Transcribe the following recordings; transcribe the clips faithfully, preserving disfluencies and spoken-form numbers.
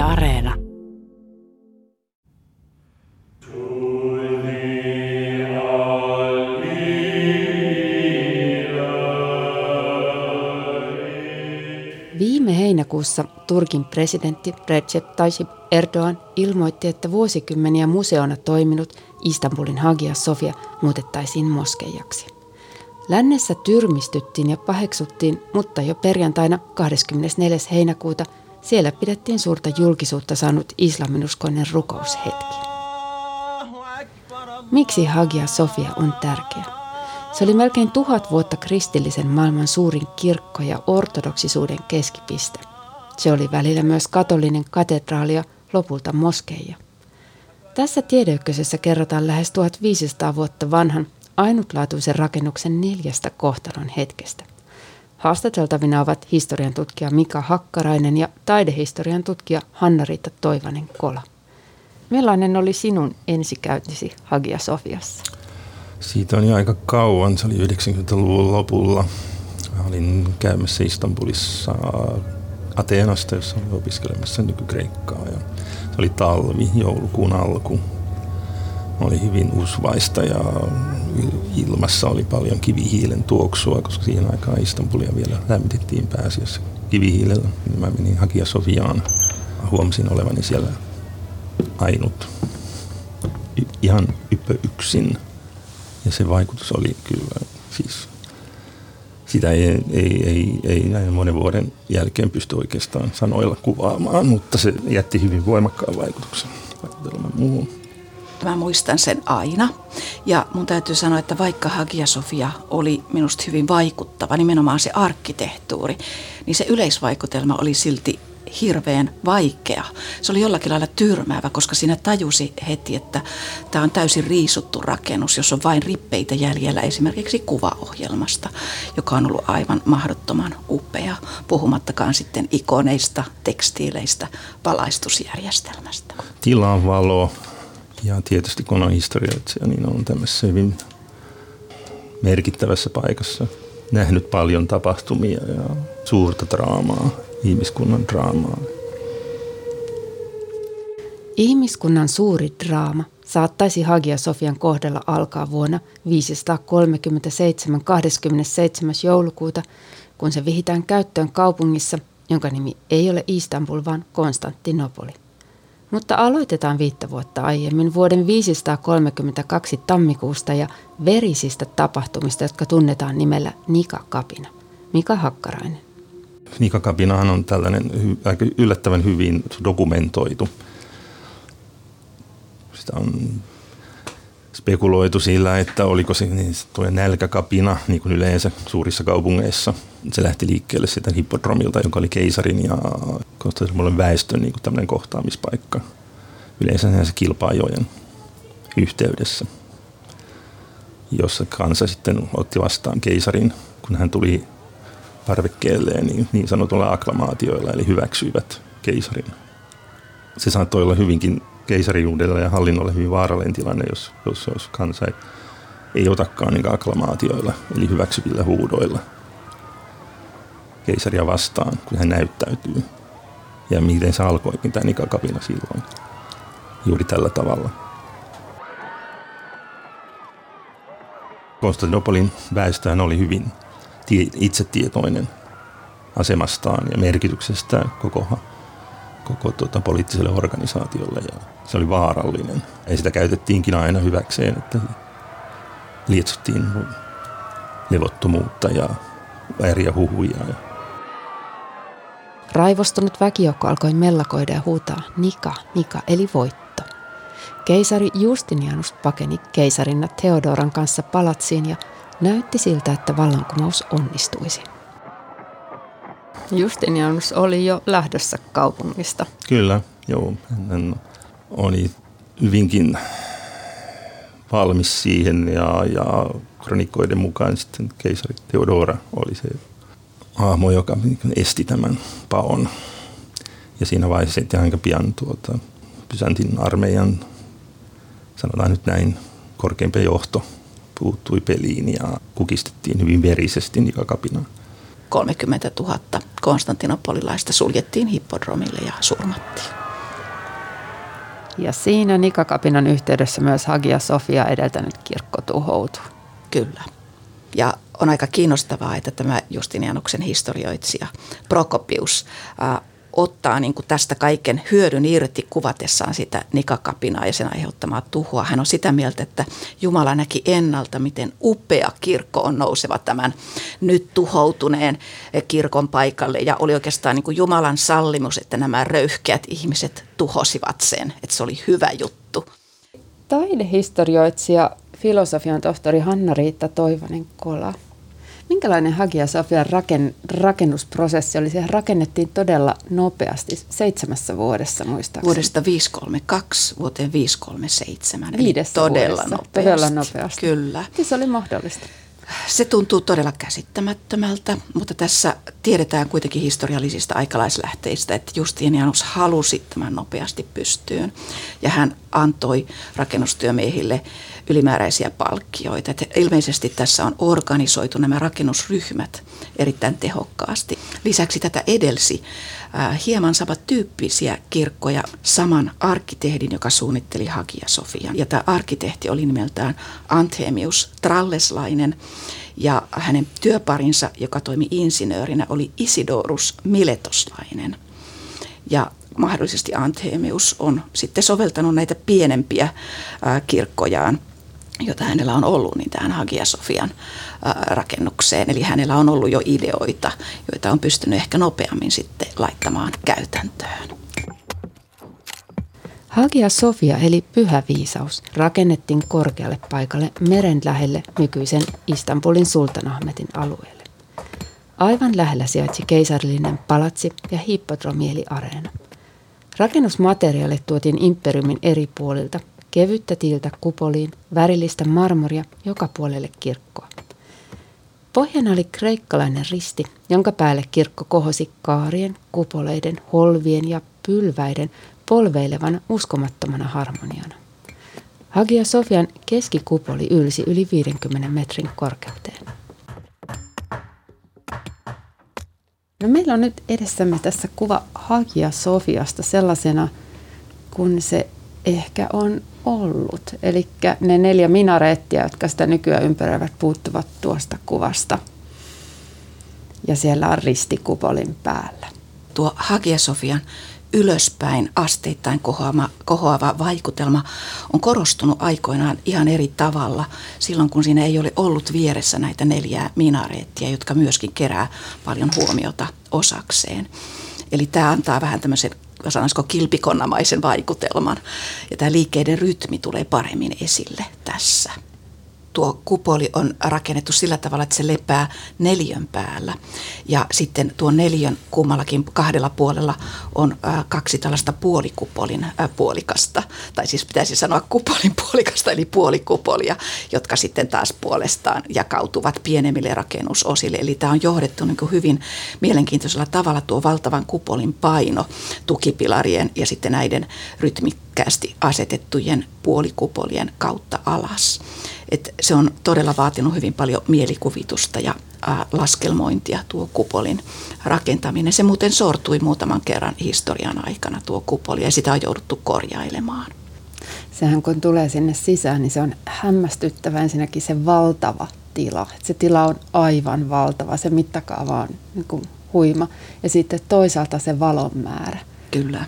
Areena. Viime heinäkuussa Turkin presidentti Recep Tayyip Erdoğan ilmoitti, että vuosikymmeniä museona toiminut Istanbulin Hagia Sophia muutettaisiin moskeijaksi. Lännessä tyrmistyttiin ja paheksuttiin, mutta jo perjantaina kahdeskymmenesneljäs heinäkuuta siellä pidettiin suurta julkisuutta saanut islaminuskoinen rukoushetki. Miksi Hagia Sophia on tärkeä? Se oli melkein tuhat vuotta kristillisen maailman suurin kirkko ja ortodoksisuuden keskipiste. Se oli välillä myös katolinen katedraali ja lopulta moskeija. Tässä tiedeykkösessä kerrotaan lähes tuhatviisisataa vuotta vanhan ainutlaatuisen rakennuksen neljästä kohtalon hetkestä. Haastateltavina ovat historian tutkija Mika Hakkarainen ja taidehistorian tutkija Hanna-Riitta Toivanen-Kola. Millainen oli sinun ensikäyntisi Hagia Sophiassa? Siitä on jo aika kauan, se oli yhdeksänkymmentäluvun lopulla. Mä olin käymässä Istanbulissa Ateenasta, jossa olin opiskelemassa nykykreikkaa. Ja se oli talvi, joulukuun alku. Oli hyvin usvaista ja ilmassa oli paljon kivihiilen tuoksua, koska siihen aikaan Istanbulia vielä lämmitettiin pääasiassa kivihiilellä. Mä menin Hagia Sophiaan. Huomasin olevani siellä ainut, ihan yppö yksin. Ja se vaikutus oli kyllä, siis sitä ei, ei, ei, ei näin monen vuoden jälkeen pysty oikeastaan sanoilla kuvaamaan, mutta se jätti hyvin voimakkaan vaikutuksen vaikutelman muuhun. Mä muistan sen aina ja mun täytyy sanoa, että vaikka Hagia Sophia oli minusta hyvin vaikuttava, nimenomaan se arkkitehtuuri, niin se yleisvaikutelma oli silti hirveän vaikea. Se oli jollakin lailla tyrmäävä, koska siinä tajusi heti, että tämä on täysin riisuttu rakennus, jos on vain rippeitä jäljellä esimerkiksi kuvaohjelmasta, joka on ollut aivan mahdottoman upea, puhumattakaan sitten ikoneista, tekstiileistä, valaistusjärjestelmästä. Tilan valo ja tietysti kun on historioitsija, niin on tämmöisessä hyvin merkittävässä paikassa nähnyt paljon tapahtumia ja suurta draamaa. Ihmiskunnan draamaa. Ihmiskunnan suuri draama saattaisi Hagia Sophian kohdalla alkaa vuonna viisisataakolmekymmentäseitsemän kahdeskymmenesseitsemäs joulukuuta, kun se vihitään käyttöön kaupungissa, jonka nimi ei ole Istanbul, vaan Konstantinopoli. Mutta aloitetaan viittä vuotta aiemmin vuoden viisisataakolmekymmentäkaksi tammikuusta ja verisistä tapahtumista, jotka tunnetaan nimellä Nika-kapina. Mika Hakkarainen. Nika-kapinahan on tällainen aika yllättävän hyvin dokumentoitu. Sitä on spekuloitu sillä, että oliko se niin tuo nälkäkapina, niin kuin yleensä suurissa kaupungeissa. Se lähti liikkeelle siitä hippodromilta, joka oli keisarin ja Konstantinopolin väestön niin kuin tämmöinen kohtaamispaikka. Yleensä se Kilpaajoen yhteydessä, jossa kansa sitten otti vastaan keisarin, kun hän tuli parvekkeelleen niin, niin sanotulla aklamaatioilla, eli hyväksyivät keisarin. Se saattoi olla hyvinkin keisarijuudelle ja hallinnolle hyvin vaarallinen tilanne, jos, jos, jos kansa ei, ei otakaan niin aklamaatioilla, eli hyväksyvillä huudoilla keisaria vastaan, kun hän näyttäytyy. Ja miten se alkoikin tämä Nika-kapina silloin, juuri tällä tavalla. Konstantinopolin väestöhän oli hyvin itsetietoinen asemastaan ja merkityksestään koko, koko tuota, poliittiselle organisaatiolle ja se oli vaarallinen. Ja sitä käytettiinkin aina hyväkseen, että lietsottiin levottomuutta ja vääriä huhuja. Raivostunut väkijoukko alkoi mellakoida ja huutaa Nika, Nika eli voitto. Keisari Justinianus pakeni keisarinna Theodoran kanssa palatsiin ja näytti siltä, että vallankumous onnistuisi. Justinianus oli jo lähdössä kaupungista. Kyllä, joo. Hän oli hyvinkin valmis siihen ja, ja kronikoiden mukaan sitten keisari Theodora oli se hahmo, joka esti tämän paon. Ja siinä vaiheessa sitten aika pian tuota, Byzantin armeijan, sanotaan nyt näin, korkeampi johto puuttui peliin ja kukistettiin hyvin verisesti Nika-kapinaa. kolmekymmentätuhatta konstantinopolilaista suljettiin hippodromille ja surmattiin. Ja siinä Nikakapinan yhteydessä myös Hagia Sofia edeltänyt kirkko tuhoutui. Kyllä. Ja on aika kiinnostavaa, että tämä Justinianuksen historioitsija Prokopius äh, ottaa niin kuin tästä kaiken hyödyn irti kuvatessaan sitä Nikakapinaa ja sen aiheuttamaa tuhoa. Hän on sitä mieltä, että Jumala näki ennalta, miten upea kirkko on nouseva tämän nyt tuhoutuneen kirkon paikalle. Ja oli oikeastaan niin kuin Jumalan sallimus, että nämä röyhkeät ihmiset tuhosivat sen, että se oli hyvä juttu. Taidehistorioitsija, filosofian tohtori Hanna-Riitta Toivonen-Kola. Minkälainen Hagia Sofian raken, rakennusprosessi oli? Sehän rakennettiin todella nopeasti, seitsemässä vuodessa muistaakseni. Vuodesta viisi kolme kaksi vuoteen viisi kolme seitsemän. Viidessä todella vuodessa. Nopeasti. Todella nopeasti. Kyllä. Miten se oli mahdollista? Se tuntuu todella käsittämättömältä, mutta tässä tiedetään kuitenkin historiallisista aikalaislähteistä, että Justinianus halusi tämän nopeasti pystyyn ja hän antoi rakennustyömiehille ylimääräisiä palkkioita. Että ilmeisesti tässä on organisoitu nämä rakennusryhmät erittäin tehokkaasti. Lisäksi tätä edelsi äh, hieman samantyyppisiä kirkkoja saman arkkitehdin, joka suunnitteli Hagia Sofian. Ja tämä arkkitehti oli nimeltään Anthemius Tralleslainen ja hänen työparinsa, joka toimi insinöörinä, oli Isidorus Miletoslainen. Ja mahdollisesti Anthemius on sitten soveltanut näitä pienempiä äh, kirkkojaan, jota hänellä on ollut, niin tähän Hagia Sofian äh, rakennukseen. Eli hänellä on ollut jo ideoita, joita on pystynyt ehkä nopeammin sitten laittamaan käytäntöön. Hagia Sofia eli pyhä viisaus rakennettiin korkealle paikalle meren lähelle nykyisen Istanbulin Sultanahmetin alueelle. Aivan lähellä sijaitsi keisarillinen palatsi ja hippodromi eli areena. Rakennusmateriaalit tuotiin imperiumin eri puolilta, kevyttä tiiltä kupoliin, värillistä marmoria joka puolelle kirkkoa. Pohjana oli kreikkalainen risti, jonka päälle kirkko kohosi kaarien, kupoleiden, holvien ja pylväiden polveilevana uskomattomana harmoniana. Hagia Sofian keskikupoli ylsi yli viidenkymmenen metrin korkeuteen. No meillä on nyt edessämme tässä kuva Hagia Sofiasta sellaisena, kun se ehkä on ollut. Eli ne neljä minareettia, jotka sitä nykyään ympäröivät, puuttuvat tuosta kuvasta. Ja siellä on ristikupolin päällä. Tuo Hagia Sofian ylöspäin asteittain kohoava, kohoava vaikutelma on korostunut aikoinaan ihan eri tavalla silloin, kun siinä ei ole ollut vieressä näitä neljää minareettia, jotka myöskin kerää paljon huomiota osakseen. Eli tämä antaa vähän tämmöisen, sanoisiko, kilpikonnamaisen vaikutelman ja tämä liikkeiden rytmi tulee paremmin esille tässä. Tuo kupoli on rakennettu sillä tavalla, että se lepää neljön päällä ja sitten tuon neljön kummallakin kahdella puolella on äh, kaksi tällaista puolikupolin äh, puolikasta, tai siis pitäisi sanoa kupolin puolikasta eli puolikupolia, jotka sitten taas puolestaan jakautuvat pienemmille rakennusosille. Eli tämä on johdettu niin kuin hyvin mielenkiintoisella tavalla tuo valtavan kupolin paino tukipilarien ja sitten näiden rytmikkäästi asetettujen puolikupolien kautta alas. Et se on todella vaatinut hyvin paljon mielikuvitusta ja ä, laskelmointia tuo kupolin rakentaminen. Se muuten sortui muutaman kerran historian aikana tuo kupoli ja sitä on jouduttu korjailemaan. Sehän kun tulee sinne sisään, niin se on hämmästyttävä ensinnäkin se valtava tila. Se tila on aivan valtava, se mittakaava on niin kuin huima ja sitten toisaalta se valon määrä. Kyllä.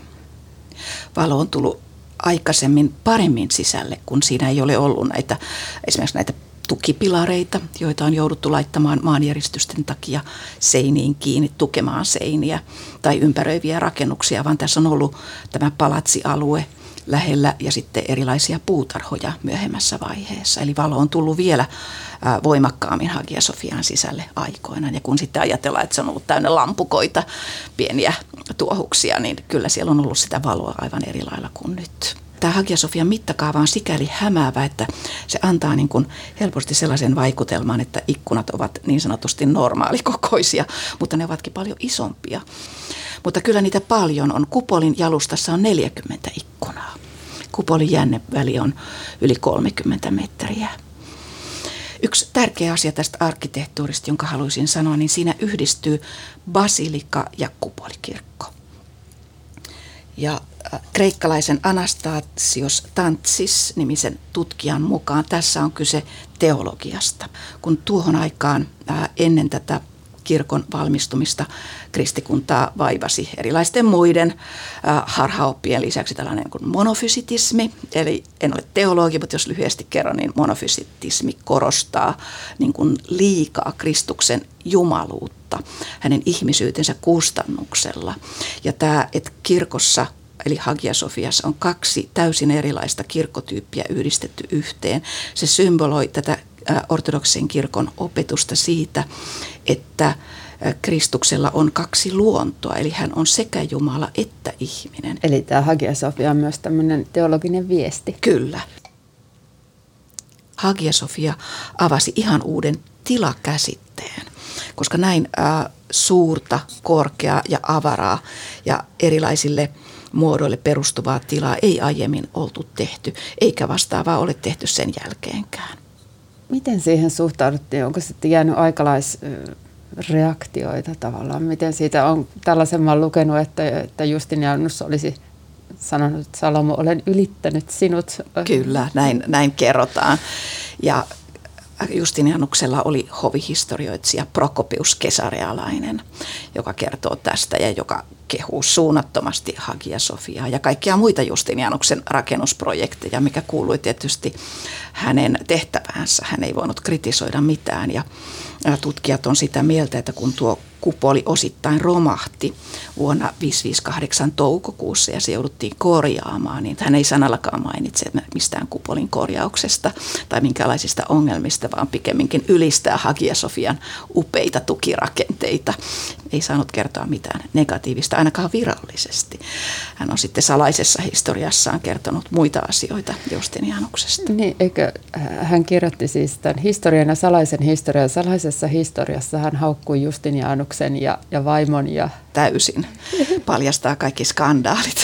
Valo on tullut aikaisemmin paremmin sisälle, kun siinä ei ole ollut näitä, esimerkiksi näitä tukipilareita, joita on jouduttu laittamaan maanjäristysten takia seiniin kiinni, tukemaan seiniä tai ympäröiviä rakennuksia, vaan tässä on ollut tämä palatsialue lähellä ja sitten erilaisia puutarhoja myöhemmässä vaiheessa. Eli valo on tullut vielä voimakkaammin Hagia Sofiaan sisälle aikoinaan. Ja kun sitten ajatellaan, että se on ollut täynnä lampukoita, pieniä tuohuksia, niin kyllä siellä on ollut sitä valoa aivan eri lailla kuin nyt. Tämä Hagia Sofian mittakaava on sikäli hämäävä, että se antaa niin kuin helposti sellaisen vaikutelman, että ikkunat ovat niin sanotusti normaalikokoisia, mutta ne ovatkin paljon isompia. Mutta kyllä niitä paljon on. Kupolin jalustassa on neljäkymmentä ikkunaa. Kupolin jänneväli on yli kolmekymmentä metriä. Yksi tärkeä asia tästä arkkitehtuurista, jonka haluaisin sanoa, niin siinä yhdistyy basilika ja kupolikirkko. Ja kreikkalaisen Anastasios Tantsis nimisen tutkijan mukaan tässä on kyse teologiasta. Kun tuohon aikaan ennen tätä kirkon valmistumista kristikuntaa vaivasi erilaisten muiden äh, harhaoppien lisäksi tällainen kuin monofysitismi. Eli en ole teologi, mutta jos lyhyesti kerron, niin monofysitismi korostaa niin kuin liikaa Kristuksen jumaluutta hänen ihmisyytensä kustannuksella. Ja tämä, että kirkossa eli Hagia Sophiassa on kaksi täysin erilaista kirkkotyyppiä yhdistetty yhteen. Se symboloi tätä ortodoksen kirkon opetusta siitä, että Kristuksella on kaksi luontoa, eli hän on sekä Jumala että ihminen. Eli tämä Hagia Sophia on myös tämmöinen teologinen viesti. Kyllä. Hagia Sophia avasi ihan uuden tilakäsitteen, koska näin äh, suurta, korkeaa ja avaraa ja erilaisille muodoille perustuvaa tilaa ei aiemmin oltu tehty, eikä vastaavaa ole tehty sen jälkeenkään. Miten siihen suhtauduttiin? Onko sitten jäänyt aikalaisreaktioita tavallaan? Miten siitä on tällaisen mä olen lukenut, että, että Justinianus olisi sanonut, että Salomo, olen ylittänyt sinut. Kyllä, näin, näin kerrotaan. Ja Justinianuksella oli hovihistorioitsija Prokopius Kesarealainen, joka kertoo tästä ja joka kehuu suunnattomasti Hagia Sophiaa ja kaikkia muita Justinianuksen rakennusprojekteja, mikä kuului tietysti hänen tehtäväänsä. Hän ei voinut kritisoida mitään ja tutkijat on sitä mieltä, että kun tuo kupoli osittain romahti vuonna viisisataaviisikymmentäkahdeksan toukokuussa ja se jouduttiin korjaamaan, niin hän ei sanallakaan mainitse mistään kupolin korjauksesta tai minkälaisista ongelmista, vaan pikemminkin ylistää Hagia Sophian upeita tukirakenteita. Ei saanut kertoa mitään negatiivista, ainakaan virallisesti. Hän on sitten salaisessa historiassaan kertonut muita asioita Justinianuksesta. Niin, eikö hän kirjoitti siis tämän historian ja salaisen historian. Salaisessa historiassa hän haukkui Justinianuksen ja, ja vaimon. Ja täysin. Paljastaa kaikki skandaalit.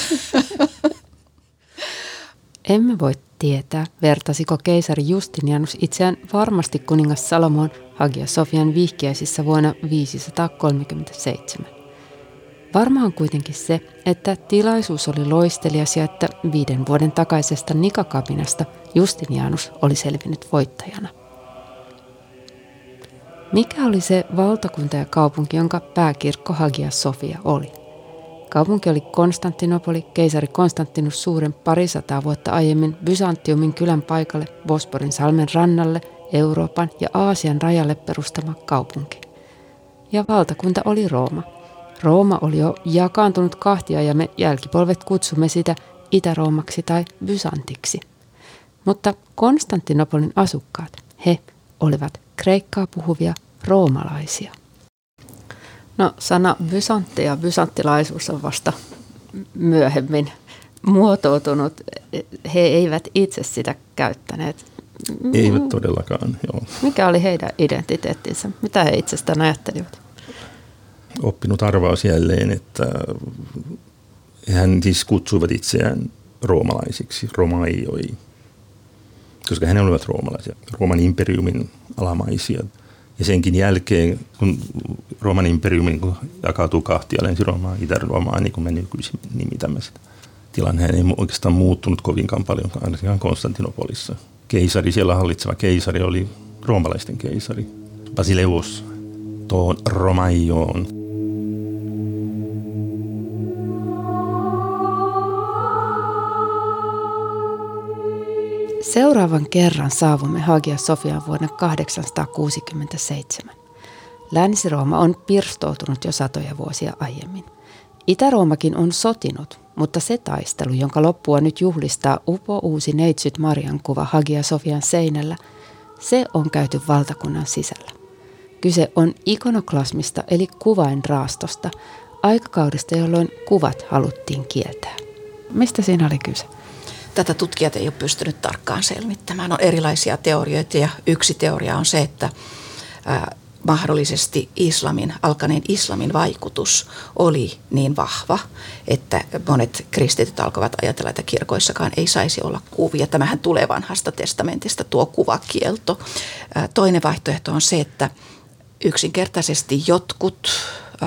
Emme voi tietää, vertasiko keisari Justinianus itseään varmasti kuningas Salomoon Hagia Sophian vihkiäisissä vuonna viisisataakolmekymmentäseitsemän. Varmaan kuitenkin se, että tilaisuus oli loistelias ja että viiden vuoden takaisesta Nikakapinasta Justinianus oli selvinnyt voittajana. Mikä oli se valtakunta ja kaupunki, jonka pääkirkko Hagia Sophia oli? Kaupunki oli Konstantinopoli, keisari Konstantinus Suuren parisataa vuotta aiemmin Byzantiumin kylän paikalle, Bosporin salmen rannalle, Euroopan ja Aasian rajalle perustama kaupunki. Ja valtakunta oli Rooma. Rooma oli jo jakaantunut kahtia ja me jälkipolvet kutsumme sitä Itä-Roomaksi tai Bysantiksi. Mutta Konstantinopolin asukkaat, he olivat kreikkaa puhuvia roomalaisia. No sana bysantti ja bysanttilaisuus on vasta myöhemmin muotoutunut. He eivät itse sitä käyttäneet. Eivät todellakaan, joo. Mikä oli heidän identiteettinsä? Mitä he itsestään ajattelivat? Oppinut arvaus jälleen, että hän siis kutsuivat itseään roomalaisiksi, romaioi, koska he olivat roomalaisia, Rooman imperiumin alamaisia. Ja senkin jälkeen, kun Rooman imperiumin jakautuu kahtia, Länsi-Roomaa, Itä-Roomaa, niin kuin me nykyisin nimitämme sitä. Tilanne ei oikeastaan muuttunut kovinkaan paljon, ainakaan Konstantinopolissa. Keisari, siellä hallitseva keisari oli roomalaisten keisari, Basileus ton Romaion. Seuraavan kerran saavumme Hagia Sophiaan vuonna kahdeksansataakuusikymmentäseitsemän. Länsi-Rooma on pirstoutunut jo satoja vuosia aiemmin. Itä-Roomakin on sotinut, mutta se taistelu, jonka loppua nyt juhlistaa upo uusi neitsyt Marian kuva Hagia Sophian seinällä, se on käyty valtakunnan sisällä. Kyse on ikonoklasmista eli kuvainraastosta, aikakaudesta, jolloin kuvat haluttiin kieltää. Mistä siinä oli kyse? Tätä tutkijat ei ole pystynyt tarkkaan selvittämään. On erilaisia teorioita ja yksi teoria on se, että ää, mahdollisesti islamin, alkaneen islamin vaikutus oli niin vahva, että monet kristityt alkoivat ajatella, että kirkoissakaan ei saisi olla kuvia. Tämähän tulee vanhasta testamentista tuo kuvakielto. Ää, toinen vaihtoehto on se, että yksinkertaisesti jotkut ää,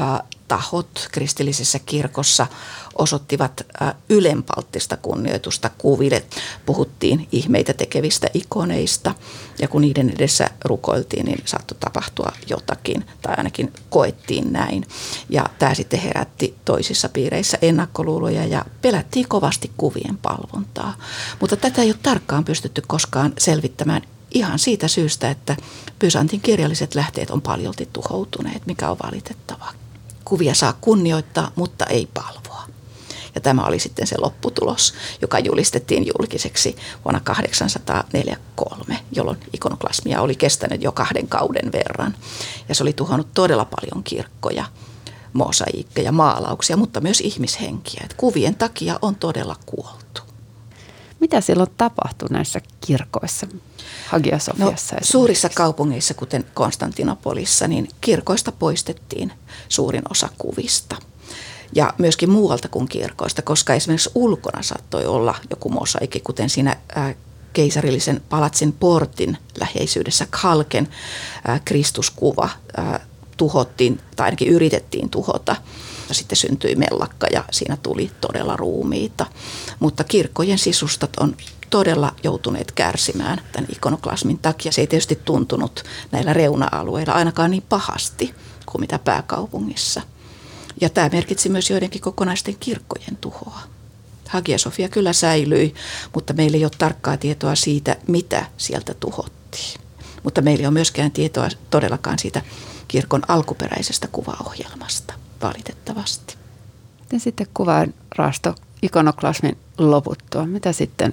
tahot kristillisessä kirkossa osoittivat ylenpalttista kunnioitusta kuville. Puhuttiin ihmeitä tekevistä ikoneista ja kun niiden edessä rukoiltiin, niin saattoi tapahtua jotakin tai ainakin koettiin näin. Ja tämä sitten herätti toisissa piireissä ennakkoluuloja ja pelättiin kovasti kuvien palvontaa. Mutta tätä ei ole tarkkaan pystytty koskaan selvittämään ihan siitä syystä, että Byzantin kirjalliset lähteet on paljolti tuhoutuneet, mikä on valitettavaa. Kuvia saa kunnioittaa, mutta ei palvoa. Ja tämä oli sitten se lopputulos, joka julistettiin julkiseksi vuonna kahdeksansataaneljäkymmentäkolme, jolloin ikonoklasmia oli kestänyt jo kahden kauden verran. Ja se oli tuhonnut todella paljon kirkkoja, mosaiikkeja, maalauksia, mutta myös ihmishenkiä. Et kuvien takia on todella kuoltu. Mitä silloin tapahtui näissä kirkoissa, Hagia Sofiassa? No, suurissa kaupungeissa, kuten Konstantinopolissa, niin kirkoista poistettiin suurin osa kuvista. Ja myöskin muualta kuin kirkoista, koska esimerkiksi ulkona saattoi olla joku mosaikki, kuten siinä ää, keisarillisen palatsin portin läheisyydessä Kalken ää, Kristuskuva ää, tuhottiin, tai ainakin yritettiin tuhota. Sitten syntyi mellakka ja siinä tuli todella ruumiita. Mutta kirkkojen sisustat on todella joutuneet kärsimään tämän ikonoklasmin takia. Se ei tietysti tuntunut näillä reuna-alueilla ainakaan niin pahasti kuin mitä pääkaupungissa. Ja tämä merkitsi myös joidenkin kokonaisten kirkkojen tuhoa. Hagia Sofia kyllä säilyi, mutta meillä ei ole tarkkaa tietoa siitä, mitä sieltä tuhottiin. Mutta meillä ei ole myöskään tietoa todellakaan siitä kirkon alkuperäisestä kuvaohjelmasta, valitettavasti. Miten sitten kuvainraasto ikonoklasmin loputtua? Mitä sitten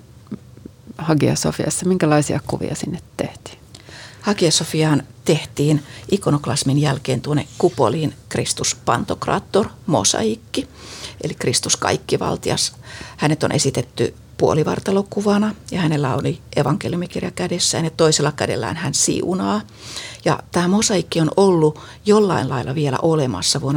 Hagia Sofiassa, minkälaisia kuvia sinne tehtiin? Hagia Sofiaan tehtiin ikonoklasmin jälkeen tuonne kupoliin Kristus Pantokrator, mosaikki, eli Kristus kaikkivaltias. Hänet on esitetty puolivartalokuvana ja hänellä oli evankeliumikirja kädessään ja toisella kädellään hän siunaa. Ja tämä mosaikki on ollut jollain lailla vielä olemassa vuonna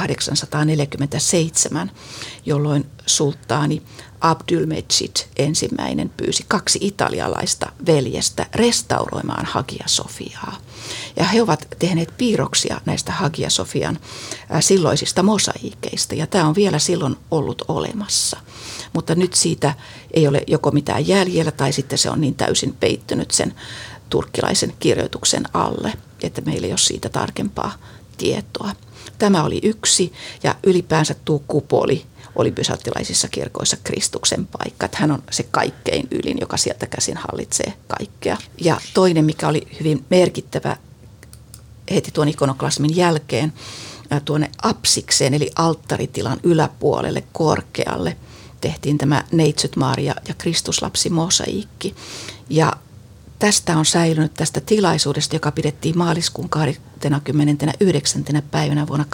tuhatkahdeksansataaneljäkymmentäseitsemän, jolloin sulttaani Abdülmecid ensimmäinen pyysi kaksi italialaista veljestä restauroimaan Hagia Sofiaa. Ja he ovat tehneet piirroksia näistä Hagia Sofian silloisista mosaikeista ja tämä on vielä silloin ollut olemassa. Mutta nyt siitä ei ole joko mitään jäljellä tai sitten se on niin täysin peittynyt sen turkkilaisen kirjoituksen alle, että meillä ei ole siitä tarkempaa tietoa. Tämä oli yksi ja ylipäänsä tuo kupoli oli byzanttilaisissa kirkoissa Kristuksen paikka. Että hän on se kaikkein ylin, joka sieltä käsin hallitsee kaikkea. Ja toinen, mikä oli hyvin merkittävä heti tuon ikonoklasmin jälkeen, tuonne apsikseen eli alttaritilan yläpuolelle korkealle tehtiin tämä Neitsyt Maria ja Kristuslapsi mosaikki. Ja tästä on säilynyt tästä tilaisuudesta, joka pidettiin maaliskuun kahdeskymmenesyhdeksäs päivänä vuonna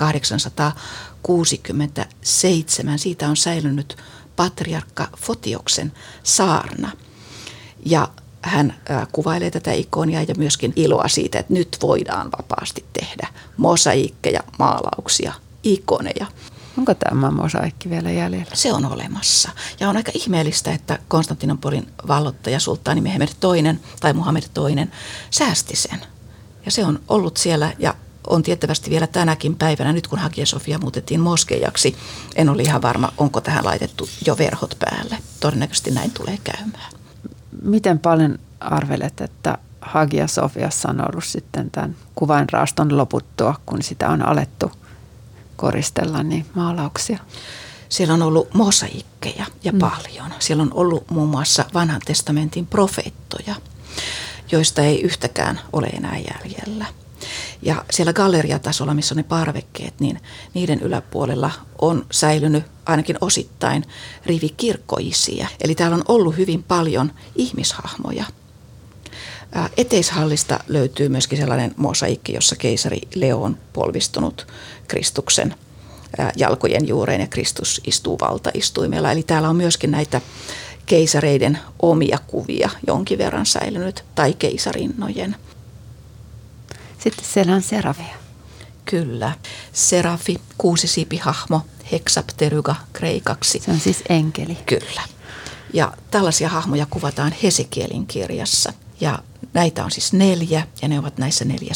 kahdeksansataakuusikymmentäseitsemän. Siitä on säilynyt patriarkka Fotioksen saarna. Ja hän äh, kuvailee tätä ikonia ja myöskin iloa siitä, että nyt voidaan vapaasti tehdä mosaikkeja, maalauksia, ikoneja. Onko tämä mosaikki vielä jäljellä? Se on olemassa. Ja on aika ihmeellistä, että Konstantinopolin vallottaja sulttaani Mehmed toinen tai Muhammed toinen säästi sen. Ja se on ollut siellä ja on tiettävästi vielä tänäkin päivänä, nyt kun Hagia Sofia muutettiin moskeijaksi. En ole ihan varma, onko tähän laitettu jo verhot päälle. Todennäköisesti näin tulee käymään. Miten paljon arvelet, että Hagia Sofiassa on ollut sitten tämän kuvainraaston loputtua, kun sitä on alettu koristella niin maalauksia? Siellä on ollut mosaikkeja ja mm. paljon. Siellä on ollut muun muassa vanhan testamentin profeettoja, joista ei yhtäkään ole enää jäljellä. Ja siellä galleriatasolla, missä on ne parvekkeet, niin niiden yläpuolella on säilynyt ainakin osittain rivi kirkkoisiä. Eli täällä on ollut hyvin paljon ihmishahmoja. Eteishallista löytyy myöskin sellainen mosaikki, jossa keisari Leo on polvistunut Kristuksen jalkojen juureen ja Kristus istuu valtaistuimella. Eli täällä on myöskin näitä keisareiden omia kuvia jonkin verran säilynyt tai keisarinnojen. Sitten siellä on serafia. Kyllä. Serafi, kuusisiipihahmo, hexapteryga kreikaksi. Se on siis enkeli. Kyllä. Ja tällaisia hahmoja kuvataan Hesekielin kirjassa. Ja näitä on siis neljä ja ne ovat näissä neljässä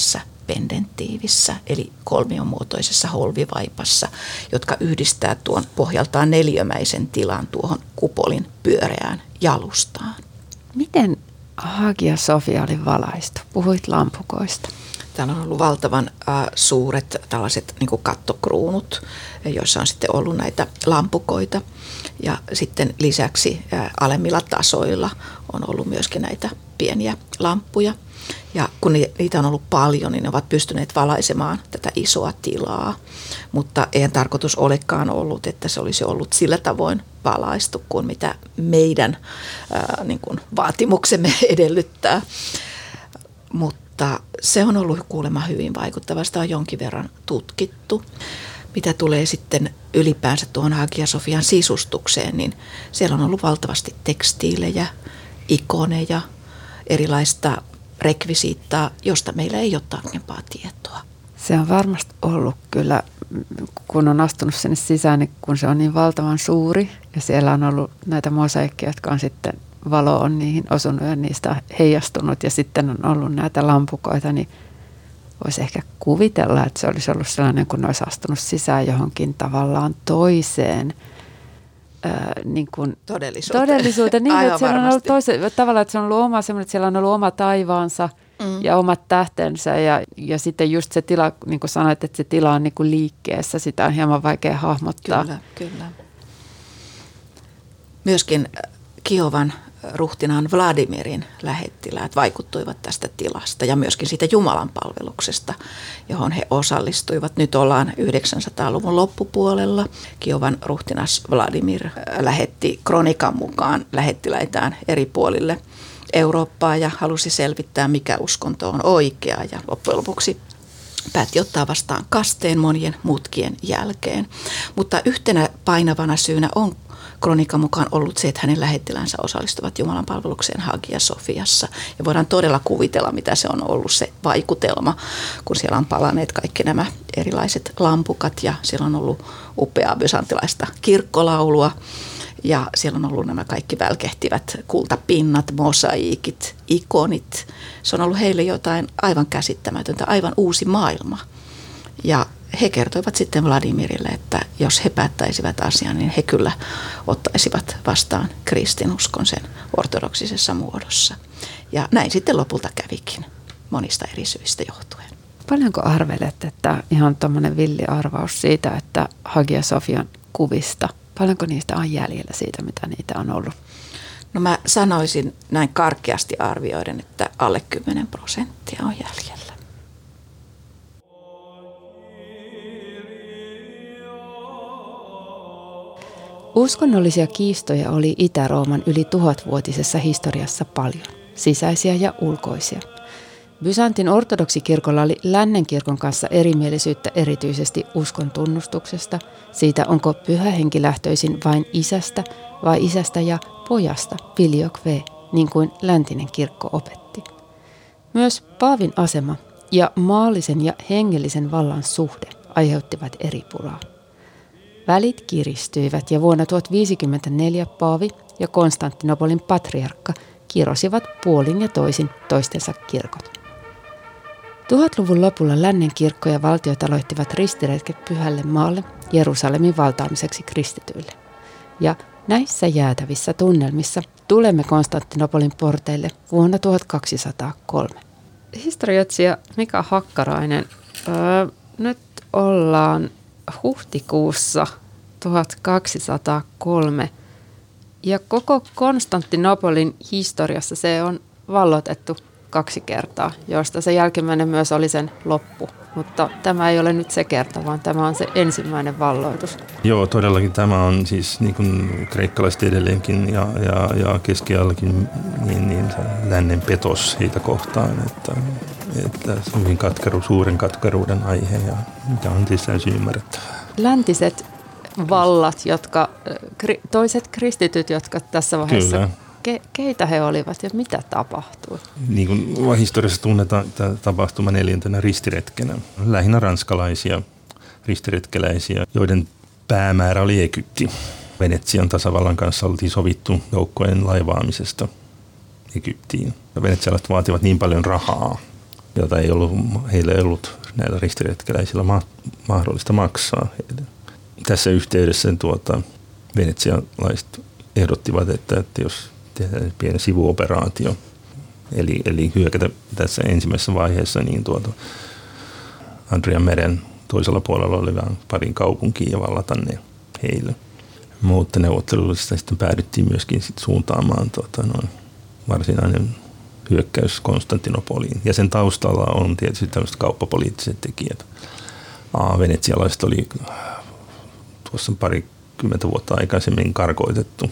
pendentiivissä, eli kolmiomuotoisessa holvivaipassa, jotka yhdistää tuon pohjaltaan neliömäisen tilan tuohon kupolin pyöreään jalustaan. Miten Hagia Sophia oli valaistu? Puhuit lampukoista. Täällä on ollut valtavan äh, suuret tällaiset niin kuin kattokruunut, joissa on sitten ollut näitä lampukoita. Ja sitten lisäksi äh, alemmilla tasoilla on ollut myöskin näitä pieniä lamppuja. Ja kun niitä on ollut paljon, niin ne ovat pystyneet valaisemaan tätä isoa tilaa. Mutta eihän tarkoitus olekaan ollut, että se olisi ollut sillä tavoin valaistu kuin mitä meidän äh, niin kuin vaatimuksemme edellyttää. Mutta se on ollut kuulemma hyvin vaikuttava. Sitä on jonkin verran tutkittu. Mitä tulee sitten ylipäänsä tuohon Hagia Sophian sisustukseen, niin siellä on ollut valtavasti tekstiilejä, ikoneja, erilaista rekvisiittaa, josta meillä ei ole tarkempaa tietoa. Se on varmasti ollut kyllä, kun on astunut sinne sisään, niin kun se on niin valtavan suuri ja siellä on ollut näitä mosaikkeja, jotka on sitten, valo on niihin osunut ja niistä heijastunut ja sitten on ollut näitä lampukoita, niin voisi ehkä kuvitella, että se olisi ollut sellainen, kun olisi astunut sisään johonkin tavallaan toiseen Ää, niin kuin todellisuuteen. todellisuuteen niin, että siellä on ollut toise, tavallaan, että se on ollut oma semmoinen, että siellä on ollut oma taivaansa mm. ja omat tähtensä ja, ja sitten just se tila, niin kuin sanoit, että se tila on niin kuin liikkeessä, sitä on hieman vaikea hahmottaa. Kyllä, kyllä. Myöskin Kiovan ruhtinaan Vladimirin lähettiläät vaikuttuivat tästä tilasta ja myöskin siitä Jumalan palveluksesta, johon he osallistuivat. Nyt ollaan yhdeksänsataaluvun loppupuolella. Kiovan ruhtinas Vladimir lähetti kronikan mukaan lähettiläitään eri puolille Eurooppaa ja halusi selvittää, mikä uskonto on oikea ja loppujen lopuksi päätti ottaa vastaan kasteen monien mutkien jälkeen. Mutta yhtenä painavana syynä on kronikan mukaan ollut se, että hänen lähettilänsä osallistuvat Jumalan palvelukseen Hagia Sophiassa. Ja voidaan todella kuvitella, mitä se on ollut se vaikutelma, kun siellä on palaneet kaikki nämä erilaiset lampukat ja siellä on ollut upeaa bysantilaista kirkkolaulua. Ja siellä on ollut nämä kaikki välkehtivät kultapinnat, mosaiikit, ikonit. Se on ollut heille jotain aivan käsittämätöntä, aivan uusi maailma. Ja he kertoivat sitten Vladimirille, että jos he päättäisivät asian, niin he kyllä ottaisivat vastaan kristinuskon sen ortodoksisessa muodossa. Ja näin sitten lopulta kävikin monista eri syistä johtuen. Paljonko arvelet, että ihan tuommoinen villi arvaus siitä, että Hagia Sophian kuvista, paljonko niistä on jäljellä siitä, mitä niitä on ollut? No mä sanoisin näin karkeasti arvioiden, että alle kymmenen prosenttia on jäljellä. Uskonnollisia kiistoja oli Itä-Rooman yli tuhatvuotisessa historiassa paljon, sisäisiä ja ulkoisia. Byzantin ortodoksikirkolla oli lännen kirkon kanssa erimielisyyttä erityisesti uskon tunnustuksesta, siitä onko pyhä henki lähtöisin vain isästä vai isästä ja pojasta, filioque, niin kuin läntinen kirkko opetti. Myös paavin asema ja maallisen ja hengellisen vallan suhde aiheuttivat eripuraa. Välit kiristyivät ja vuonna tuhatviisikymmentäneljä paavi ja Konstantinopolin patriarkka kirosivat puolin ja toisin toistensa kirkot. Tuhatluvun lopulla lännen kirkko ja valtiot aloittivat ristiretket Pyhälle maalle Jerusalemin valtaamiseksi kristityille. Ja näissä jäätävissä tunnelmissa tulemme Konstantinopolin porteille vuonna tuhatkaksisataakolme. Historioitsija Mika Hakkarainen, öö, nyt ollaan huhtikuussa tuhatkaksisataakolme ja koko Konstantinopolin historiassa se on valloitettu kaksi kertaa, josta se jälkimmäinen myös oli sen loppu. Mutta tämä ei ole nyt se kerta, vaan tämä on se ensimmäinen valloitus. Joo, todellakin tämä on siis niin kuin kreikkalaiset edelleenkin ja, ja, ja keskiajallakin niin, niin lännen petos heitä kohtaan, että, että se on hyvin katkeru, suuren katkeruuden aihe ja mikä on siis täysin ymmärrettävää. Läntiset vallat, jotka, toiset kristityt, jotka tässä vaiheessa... Kyllä. Ke, keitä he olivat ja mitä tapahtui? Niin kuin historiassa tunnetaan tämä tapahtuma neljäntenä ristiretkenä. Lähinnä ranskalaisia ristiretkeläisiä, joiden päämäärä oli Egypti. Venetsian tasavallan kanssa oltiin sovittu joukkojen laivaamisesta Egyptiin. Venetsialaiset vaativat niin paljon rahaa, jota ei ollut, heillä ei ollut näillä ristiretkeläisillä ma- mahdollista maksaa heille. Tässä yhteydessä tuota, venetsialaiset ehdottivat, että, että jos tehdään pieni sivuoperaatio, eli, eli hyökätä tässä ensimmäisessä vaiheessa, niin tuota, Adrian meren toisella puolella oli vain parin kaupunkiin ja vallata ne heille. Mutta neuvottelullisesti sitten päädyttiin myöskin sit suuntaamaan tuota, noin varsinainen hyökkäys Konstantinopoliin. Ja sen taustalla on tietysti tämmöiset kauppapoliittiset tekijät. Venetsialaiset oli tuossa parikymmentä vuotta aikaisemmin karkoitettu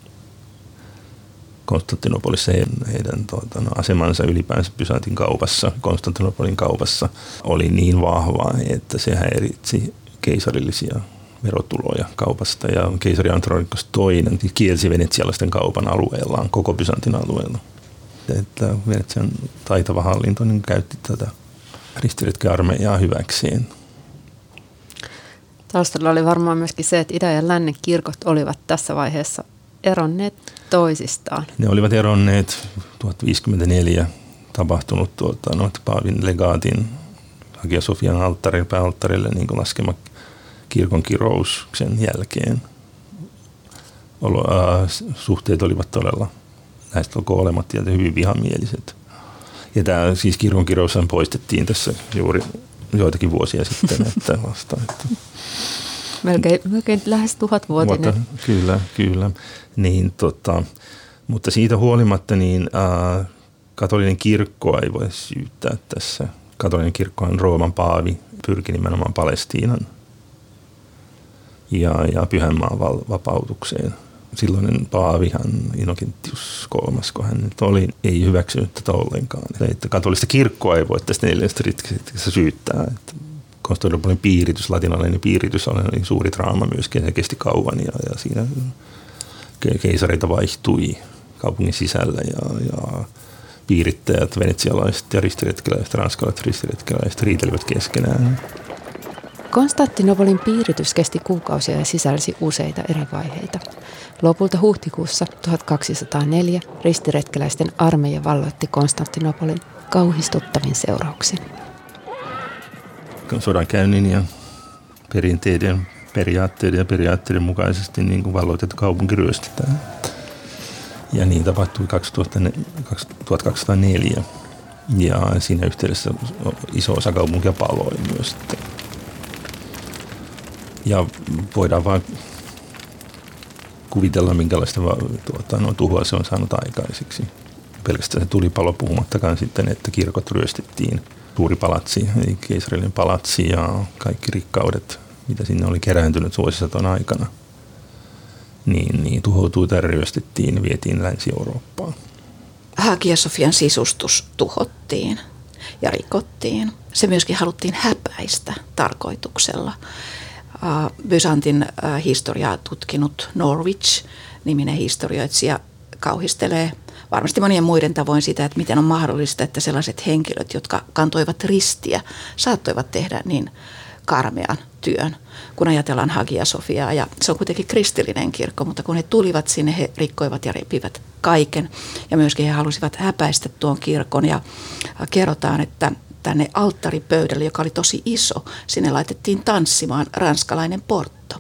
Konstantinopolissa. Heidän tuota, no, asemansa ylipäänsä Byzantin kaupassa, Konstantinopolin kaupassa oli niin vahva, että se häiritsi keisarillisia verotuloja kaupasta. Ja keisari Andronikos toinen kielsi venetsialaisten kaupan alueellaan, koko Byzantin alueella. Että Venetsian taitava hallinto niin käytti tätä ristiretkearmeijaa hyväkseen. Taustalla oli varmaan myöskin se, että idän ja lännen kirkot olivat tässä vaiheessa eronneet toisistaan. Ne olivat eronneet tuhatviisikymmentäneljä tapahtunut tuota, no, Paavin legaatin Hagia Sofian alttarille, pääalttarille niin kuin laskema kirkon kirouksen jälkeen. Olo, äh, suhteet olivat todella näistä olemat ja hyvin vihamieliset. Ja tämä siis kirkon kiroushan poistettiin tässä juuri joitakin vuosia sitten, että vasta. Että melkein, melkein lähes tuhatvuotinen. Vuotta, kyllä, kyllä. Niin, tota, mutta siitä huolimatta niin äh, katolinen kirkko ei voi syyttää tässä. Katolinen kirkko on Rooman paavi, pyrki nimenomaan Palestiinan ja, ja Pyhänmaan val, vapautukseen. Silloinen paavihan Inokentius kolmas, kun hän nyt oli, ei hyväksynyt tätä ollenkaan. Että katolista kirkkoa ei voi tästä neljästä ritkistä syyttää. Että Konstantinopolin piiritys, latinalainen piiritys oli suuri draama myöskin, se kesti kauan ja, ja siinä keisareita vaihtui kaupungin sisällä ja, ja piirittäjät, venetsialaiset ja ristiretkeläiset, ranskalaiset ristiretkeläiset riitelivät keskenään. Konstantinopolin piiritys kesti kuukausia ja sisälsi useita eri vaiheita. Lopulta huhtikuussa tuhatkaksisataaneljä ristiretkeläisten armeija valloitti Konstantinopolin kauhistuttavin seurauksin. Sodankäynnin ja perinteiden, periaatteiden ja periaatteiden mukaisesti niin kuin valloitettu kaupunki ryöstetään. Ja niin tapahtui tuhatkaksisataaneljä. Ja siinä yhteydessä iso osa kaupunkia paloi myös sitten. Ja voidaan vaan kuvitella, minkälaista tuota, no, tuhoa se on saanut aikaiseksi. Pelkästään se tulipalo puhumattakaan sitten, että kirkot ryöstettiin. Suuri palatsi, eli keisarillinen palatsi ja kaikki rikkaudet, mitä sinne oli kerääntynyt vuosisadan aikana, niin, niin tuhoutui tai ryöstettiin ja vietiin Länsi-Eurooppaan. Hagia Sofian sisustus tuhottiin ja rikottiin. Se myöskin haluttiin häpäistä tarkoituksella. Byzantin historiaa tutkinut Norwich-niminen historioitsija kauhistelee varmasti monien muiden tavoin sitä, että miten on mahdollista, että sellaiset henkilöt, jotka kantoivat ristiä, saattoivat tehdä niin karmean työn, kun ajatellaan Hagia Sofiaa. Ja se on kuitenkin kristillinen kirkko, mutta kun he tulivat sinne, he rikkoivat ja repivät kaiken. Ja myöskin he halusivat häpäistä tuon kirkon ja kerrotaan, että tänne alttaripöydälle, joka oli tosi iso, sinne laitettiin tanssimaan ranskalainen Porto.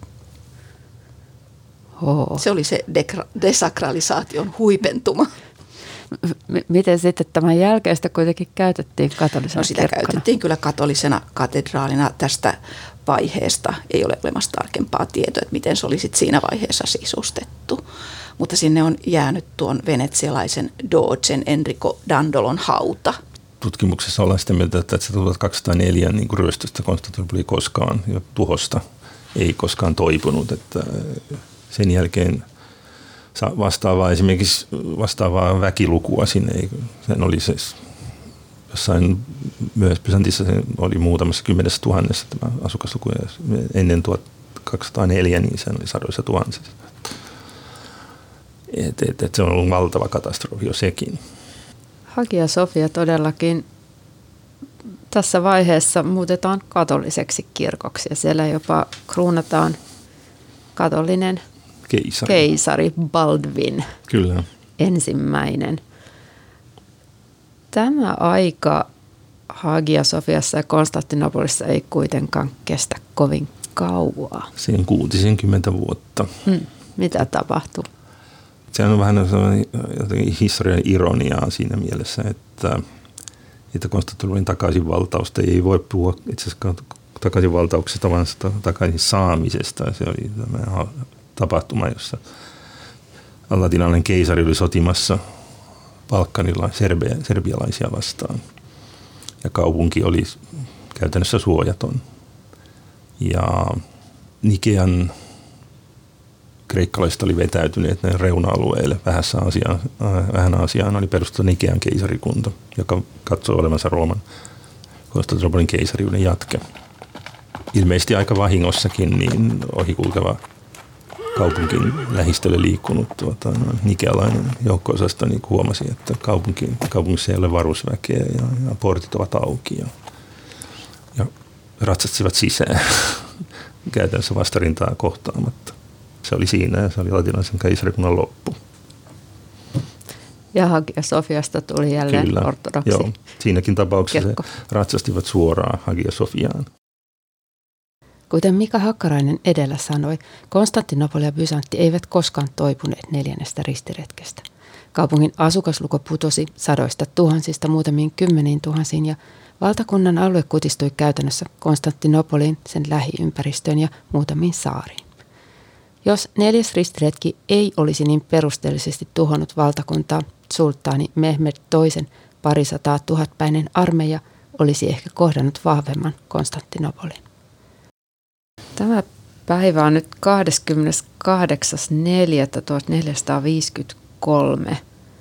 Oho. Se oli se dekra- desakralisaation huipentuma. M- miten sitten tämän jälkeen sitä kuitenkin käytettiin katolisena No sitä kirkkona? käytettiin kyllä katolisena katedraalina. Tästä vaiheesta ei ole olemassa tarkempaa tietoa, että miten se oli sit siinä vaiheessa sisustettu. Mutta sinne on jäänyt tuon venetsialaisen Dogen Enrico Dandolon hauta. Tutkimuksessa ollaan sitä mieltä, että se tuhatkaksisataaneljä niin kuin ryöstöstä Konstantinopoli koskaan ja tuhosta ei koskaan toipunut. Että sen jälkeen vastaavaa esimerkiksi vastaavaa väkilukua sinne ei, sen oli se jossain myös Byzantissa se oli muutamassa kymmenessä tuhannessa tämä asukasluku ja ennen tuhatkaksisataaneljä niin se oli sadoissa tuhansissa. Et, et, et se on ollut valtava katastrofi jo sekin. Hagia Sofia todellakin tässä vaiheessa muutetaan katoliseksi kirkoksi ja siellä jopa kruunataan katolinen keisari, keisari Baldwin Kyllä. ensimmäinen. Tämä aika Hagia Sofiassa ja Konstantinopolissa ei kuitenkaan kestä kovin kauaa. Siinä kuutisenkymmentä vuotta. Hmm. Mitä tapahtuu? Se on vähän historian ironiaa siinä mielessä, että, että Konstantinopolin takaisinvaltausta ei voi puhua itse asiassa takaisinvaltauksesta, vaan takaisin saamisesta. Se oli tämä tapahtuma, jossa latinalainen keisari oli sotimassa Balkanilla serbia, serbialaisia vastaan. Ja kaupunki oli käytännössä suojaton. Ja Nikean kreikkalaiset oli vetäytyneet näin reuna-alueille. Vähässä asiaan, vähän asiaan oli perustettu Nikean keisarikunta, joka katsoi olevansa Rooman Konstantinopolin keisariuden jatke. Ilmeisesti aika vahingossakin niin ohikulkeva kaupunkin lähistölle liikkunut tuota, nikealainen joukko-osasto niin huomasi, että kaupunki, kaupungissa ei ole varusväkeä ja, ja portit ovat auki ja, ja ratsastivat sisään käytännössä vastarintaa kohtaamatta. Se oli siinä ja se oli latinalaisen keisarikunnan loppu. Ja Hagia Sofiasta tuli jälleen Kyllä, ortodoksi joo. Siinäkin tapauksessa kirkko. ratsastivat suoraan Hagia Sofiaan. Kuten Mika Hakkarainen edellä sanoi, Konstantinopoli ja Bysantti eivät koskaan toipuneet neljännestä ristiretkestä. Kaupungin asukasluku putosi sadoista tuhansista muutamiin kymmeniin tuhansiin ja valtakunnan alue kutistui käytännössä Konstantinopoliin, sen lähiympäristöön ja muutamiin saariin. Jos neljäs ristiretki ei olisi niin perusteellisesti tuhonnut valtakuntaa, sulttaani Mehmed toisen parisataa tuhatpäinen armeija olisi ehkä kohdannut vahvemman Konstantinopolin. Tämä päivä on nyt kahdeskymmeneskahdeksas neljättä tuhatneljäsataaviisikymmentäkolme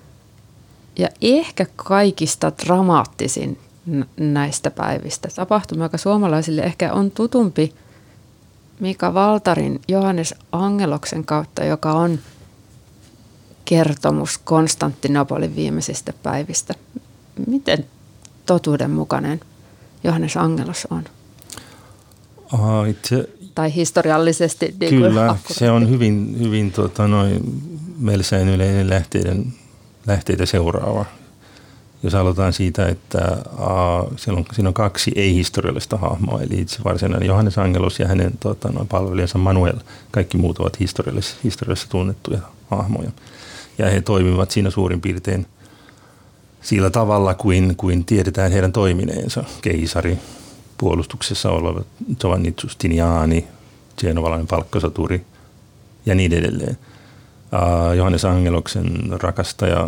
ja ehkä kaikista dramaattisin näistä päivistä. Tapahtuma, joka suomalaisille ehkä on tutumpi Mika Valtarin Johannes Angeloksen kautta, joka on kertomus Konstantinopolin viimeisistä päivistä. Miten totuudenmukainen Johannes Angelos on? Aha, itse, tai historiallisesti. Niin kyllä, se on hyvin, hyvin tota, noin melsäin yleinen lähteiden, lähteitä seuraava. Jos aloitetaan siitä, että uh, siellä on, siinä on kaksi ei-historiallista hahmoa, eli itse varsinainen Johannes Angelos ja hänen tota, noin palvelijansa Manuel. Kaikki muut ovat historiallisesti, historiallisesti tunnettuja hahmoja. Ja he toimivat siinä suurin piirtein sillä tavalla, kuin, kuin tiedetään heidän toimineensa. Keisari, puolustuksessa olevat Giovanni Giustiniani, genovalainen palkkosaturi ja niin edelleen. Uh, Johannes Angeloksen rakastaja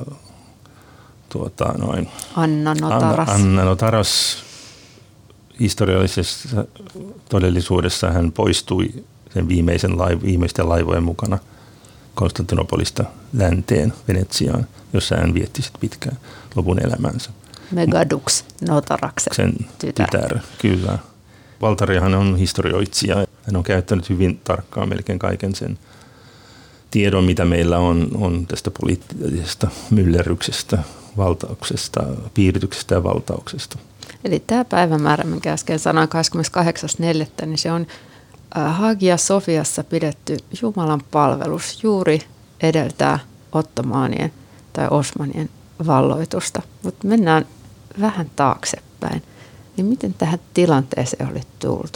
tuota, noin, Anna Notaras. Anna, Anna Notaras historiallisessa todellisuudessa hän poistui sen viimeisen laiv, viimeisten laivojen mukana Konstantinopolista länteen Venetsiaan, jossa hän vietti sit pitkään lopun elämänsä. Megadux Notaraksen sen tytär. tytär. Kyllä. Valtarihan on historioitsija. Hän on käyttänyt hyvin tarkkaan melkein kaiken sen tiedon, mitä meillä on, on tästä poliittisesta myllerryksestä, valtauksesta, piirityksestä ja valtauksesta. Eli tämä päivämäärä, minkä äsken sanoin, kahdeskymmeneskahdeksas neljättä, niin se on Hagia Sofiassa pidetty Jumalan palvelus juuri edeltää ottomaanien tai osmanien valloitusta. Mutta mennään vähän taaksepäin. Niin miten tähän tilanteeseen oli tultu?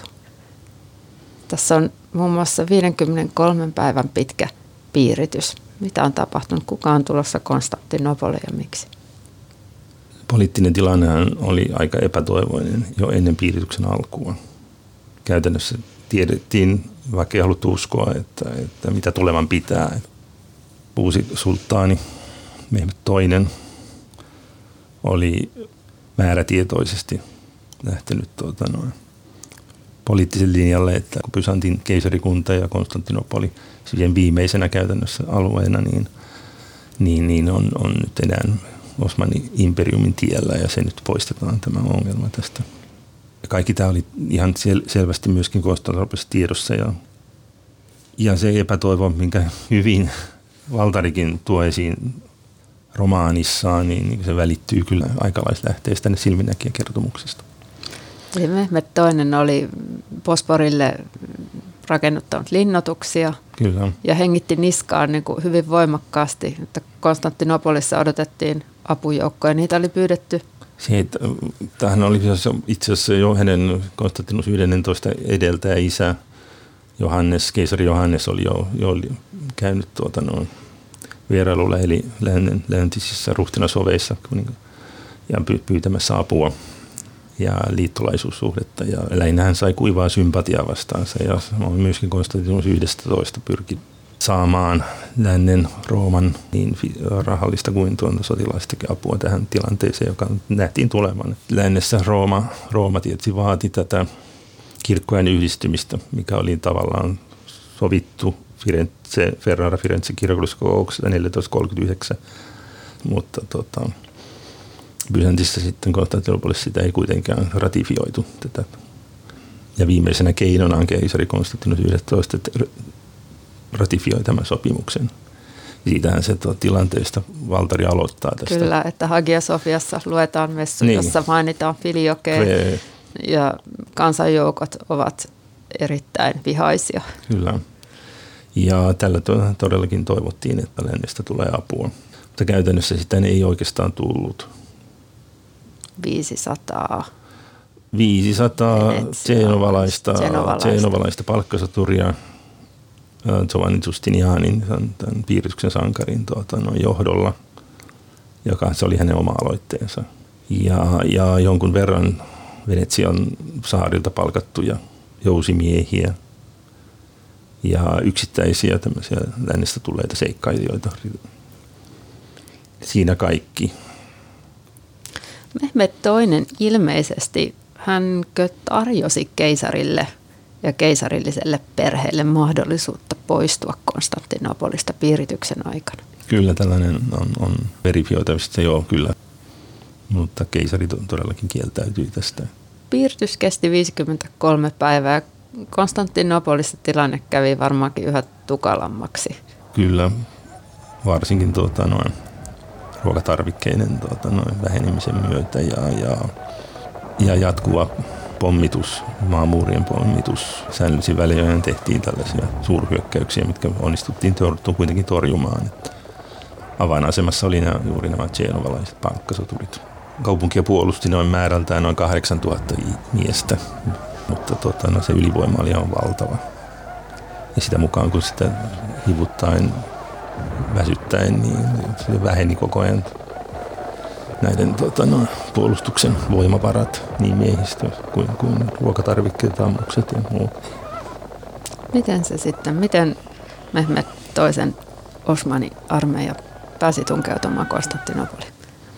Tässä on muun muassa viidenkymmenenkolmen päivän pitkä piiritys. Mitä on tapahtunut? Kuka on tulossa Konstantinopoliin ja miksi? Poliittinen tilannehan oli aika epätoivoinen jo ennen piirityksen alkua. Käytännössä tiedettiin, vaikka ei haluttu uskoa, että, että mitä tulevan pitää. Uusi sulttaani Mehmed toinen oli määrätietoisesti lähtenyt tuota, noin, poliittiselle linjalle, että kun Byzantin keisarikunta ja Konstantinopoli siihen viimeisenä käytännössä alueena, niin, niin, niin on, on nyt enää Osmanin imperiumin tiellä ja se nyt poistetaan tämä ongelma tästä. Ja kaikki tämä oli ihan sel- selvästi myöskin Konstantinopolissa tiedossa ja, ja se epätoivo, minkä hyvin Valtarikin tuo esiin romaanissaan, niin se välittyy kyllä aikalaislähteistä tänne silminnäkijän kertomuksesta. Eli Mehmed toinen oli Bosporille rakennuttanut linnoituksia Kyllä. ja hengitti niskaan niin kuin hyvin voimakkaasti, että Konstantinopolissa odotettiin apujoukkoja. Niitä oli pyydetty Se, että, tämähän oli itse asiassa jo hänen Konstantinus yksitoista edeltäjä isä Johannes, keisari Johannes oli jo, jo oli käynyt tuota, no, vierailulla eli lännen, läntisissä ruhtinasoveissa ja pyytämässä apua ja liittolaisuussuhdetta. Ja lähinnä hän sai kuivaa sympatiaa vastaansa ja myöskin Konstantinus yksitoista pyrki saamaan lännen Rooman niin rahallista kuin tuonta sotilaistakin apua tähän tilanteeseen, joka nähtiin tulevan. Lännessä Rooma, Rooma tietysti vaati tätä kirkkojen yhdistymistä, mikä oli tavallaan sovittu Firenze, Ferrara Firenze kirkolliskokouksessa neljätoista kolmekymmentäyhdeksän, mutta tota, Byzantissa sitten Konstantinopolissa sitä ei kuitenkaan ratifioitu tätä. Ja viimeisenä keinonaan keisari Konstantinus yksitoista ratifioi tämän sopimuksen. Siitähän se tuo tilanteesta Valtari aloittaa tästä. Kyllä, että Hagia Sofiassa luetaan messu, niin, jossa mainitaan Filioke Kve. Ja kansanjoukot ovat erittäin vihaisia. Kyllä. Ja tällä todellakin toivottiin, että lännestä tulee apua. Mutta käytännössä sitä ei oikeastaan tullut. viisisataa viisisataa tsenovalaista, tsenovalaista palkkasoturia Giovanni Giustinianin, tämän piirityksen sankarin tuota, no, johdolla, joka se oli hänen oma aloitteensa. Ja, ja jonkun verran Venetsian saarilta palkattuja jousimiehiä ja yksittäisiä tämmöisiä lännestä tulleita seikkailijoita. Siinä kaikki. Mehmet toinen ilmeisesti, hänkö tarjosi keisarille ja keisarilliselle perheelle mahdollisuutta poistua Konstantinopolista piirityksen aikana? Kyllä tällainen on, on verifioitavissa, joo kyllä, mutta keisari todellakin kieltäytyi tästä. Piiritys kesti viisikymmentäkolme päivää. Konstantinopolissa tilanne kävi varmaankin yhä tukalammaksi. Kyllä, varsinkin tuota, noin, ruokatarvikkeiden tuota, noin, vähenemisen myötä ja, ja, ja jatkuva pommitus, maamuurien pommitus. Säännöllisin väliajoin tehtiin tällaisia suurhyökkäyksiä, mitkä onnistuttiin tor- kuitenkin torjumaan. Että avainasemassa oli nämä, juuri nämä tseenovalaiset pankkasoturit. Kaupunkia puolusti noin määrältään noin kahdeksantuhatta miestä, mutta tota, no, se ylivoima oli ihan valtava. Ja sitä mukaan kun sitä hivuttain, väsyttäen, niin se väheni koko ajan näiden tota, no, puolustuksen voimavarat, niin miehistö kuin, kuin ruokatarvikkeet, ammukset ja muut. Miten se sitten, miten Mehmet toisen Osmanin armeija pääsi tunkeutumaan Konstantinopoliin?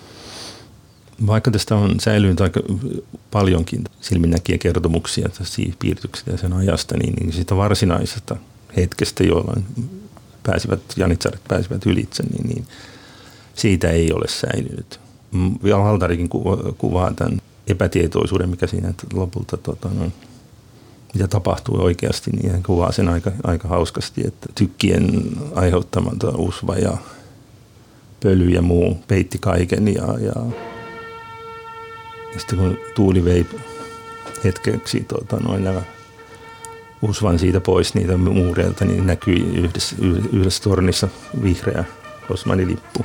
Vaikka tästä on säilynyt aika paljonkin silminnäkiä kertomuksia tästä piirtyksestä ja sen ajasta, niin, niin siitä varsinaisesta hetkestä, jolloin pääsivät, janitsarit pääsivät ylitse, niin, niin siitä ei ole säilynyt. Valtarikin kuvaa tämän epätietoisuuden, mikä siinä lopulta, tota, no, mitä tapahtui oikeasti, niin hän kuvaa sen aika, aika hauskasti, että tykkien aiheuttaman usva ja pöly ja muu peitti kaiken ja, ja, ja sitten kun tuuli vei hetkeksi tota, noin nämä usvan siitä pois niitä muureilta, niin näkyi yhdessä, yhdessä tornissa vihreä Osmanilippu.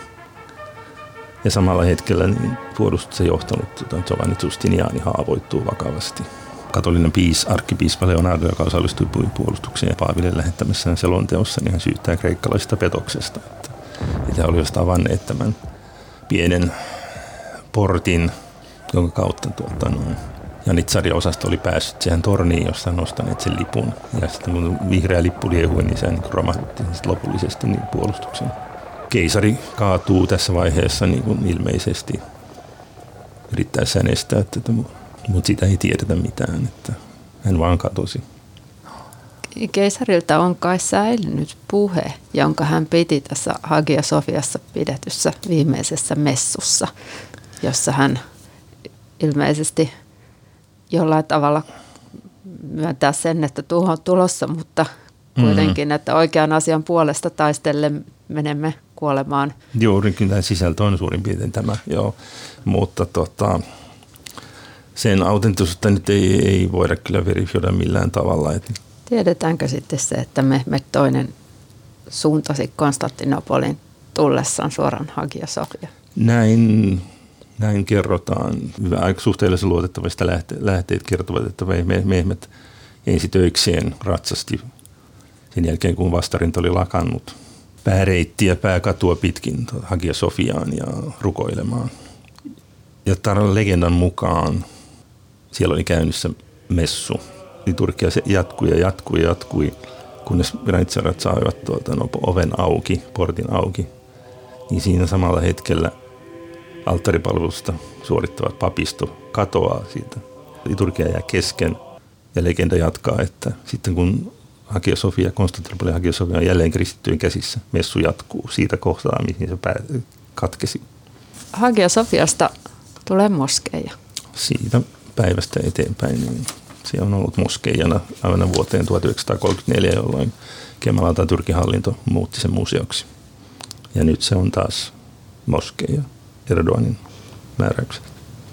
Ja samalla hetkellä niin puolustuksen johtanut tota, Giovanni Giustiniani haavoittuu vakavasti. Katolinen piis, arkkipiispa Leonardo, joka osallistui puolustukseen ja Paaville lähettämässään selonteossa, niin hän syyttää kreikkalaisesta petoksesta. Että, että he olivat avanneet tämän pienen portin, jonka kautta tuota, no, janitsariosasto oli päässyt siihen torniin, jossa on nostaneet sen lipun. Ja sitten kun vihreä lippu liehui, niin se niin romahdutti lopullisesti niin puolustuksen. Keisari kaatuu tässä vaiheessa niin kuin ilmeisesti yrittäessään estää tätä, mutta siitä ei tiedetä mitään, että hän vaan katosi. Keisarilta on kai säilynyt puhe, jonka hän piti tässä Hagia Sofiassa pidetyssä viimeisessä messussa, jossa hän ilmeisesti jollain tavalla myöntää sen, että tuho on tulossa, mutta kuitenkin, että oikean asian puolesta taistellen menemme kuolemaan. Juurikin tämä sisältö on suurin piirtein tämä, joo. Mutta tota, sen autenttisuutta nyt ei, ei voida kyllä verifioida millään tavalla. Tiedetäänkö sitten se, että Mehmet toinen suuntasi Konstantinopolin tullessaan suoraan Hagia Sofia? Näin Näin kerrotaan. Hyvä, aika suhteellisen luotettavista lähte- lähteet kertovat, että Mehmet ensi töikseen ratsasti sen jälkeen, kun vastarinta oli lakannut pääreittiä pääkatua pitkin Hagia Sofiaan ja rukoilemaan. Ja tarinan legendan mukaan siellä oli käynnissä messu. Liturgia se jatkui ja jatkui ja jatkui, kunnes raitsarat saivat tuolta no, oven auki, portin auki. Niin siinä samalla hetkellä alttaripalvelusta suorittavat papisto katoaa siitä. Liturgia jää kesken ja legenda jatkaa, että sitten kun Hagia Sofia, Konstantinopolin Hagia Sofia on jälleen kristittyjen käsissä, messu jatkuu siitä kohtaa, mihin se pää katkesi. Hagia Sofiasta tulee moskeija. Siitä päivästä eteenpäin niin se on ollut moskeijana aina vuoteen tuhatyhdeksänsataakolmekymmentäneljä, jolloin Kemal Atatürkin hallinto muutti sen museoksi. Ja nyt se on taas moskeija Erdoganin määräyksestä.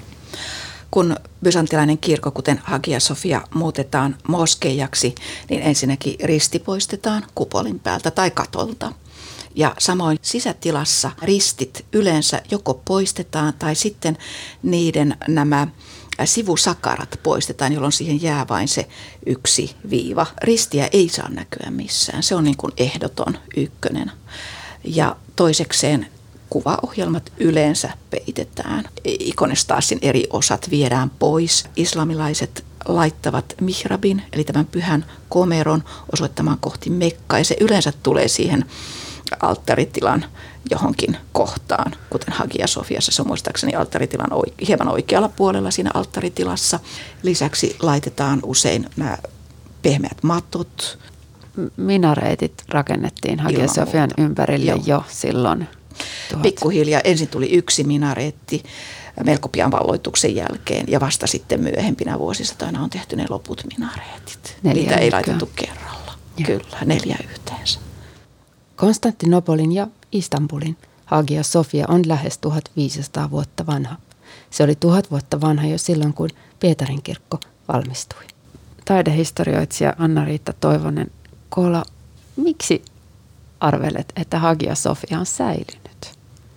Kun bysantilainen kirkko, kuten Hagia Sofia, muutetaan moskeijaksi, niin ensinnäkin risti poistetaan kupolin päältä tai katolta. Ja samoin sisätilassa ristit yleensä joko poistetaan tai sitten niiden nämä sivusakarat poistetaan, jolloin siihen jää vain se yksi viiva. Ristiä ei saa näkyä missään. Se on niin kuin ehdoton ykkönen. Ja toisekseen kuvaohjelmat yleensä peitetään. Ikonostaasin eri osat viedään pois. Islamilaiset laittavat mihrabin, eli tämän pyhän komeron osoittamaan kohti Mekkaa. Ja se yleensä tulee siihen alttaritilan johonkin kohtaan, kuten Hagia Sofiassa. Se on muistaakseni alttaritilan oike- hieman oikealla puolella siinä alttaritilassa. Lisäksi laitetaan usein nämä pehmeät matot. Minareitit rakennettiin Hagia Sofian ympärille Joo. jo silloin. Tuhat. Pikkuhiljaa ensin tuli yksi minareetti melko pian valloituksen jälkeen ja vasta sitten myöhempinä vuosisatoina on tehty ne loput minareetit. Neljä Niitä ei ykköä. laitettu kerralla. Joo. Kyllä, neljä yhteensä. Konstantinopolin ja Istanbulin Hagia Sofia on lähes tuhatviisisataa vuotta vanha. Se oli tuhat vuotta vanha jo silloin, kun Pietarin kirkko valmistui. Taidehistorioitsija Anna-Riitta Toivonen, Koola, miksi arvelet, että Hagia Sofia on säilynyt?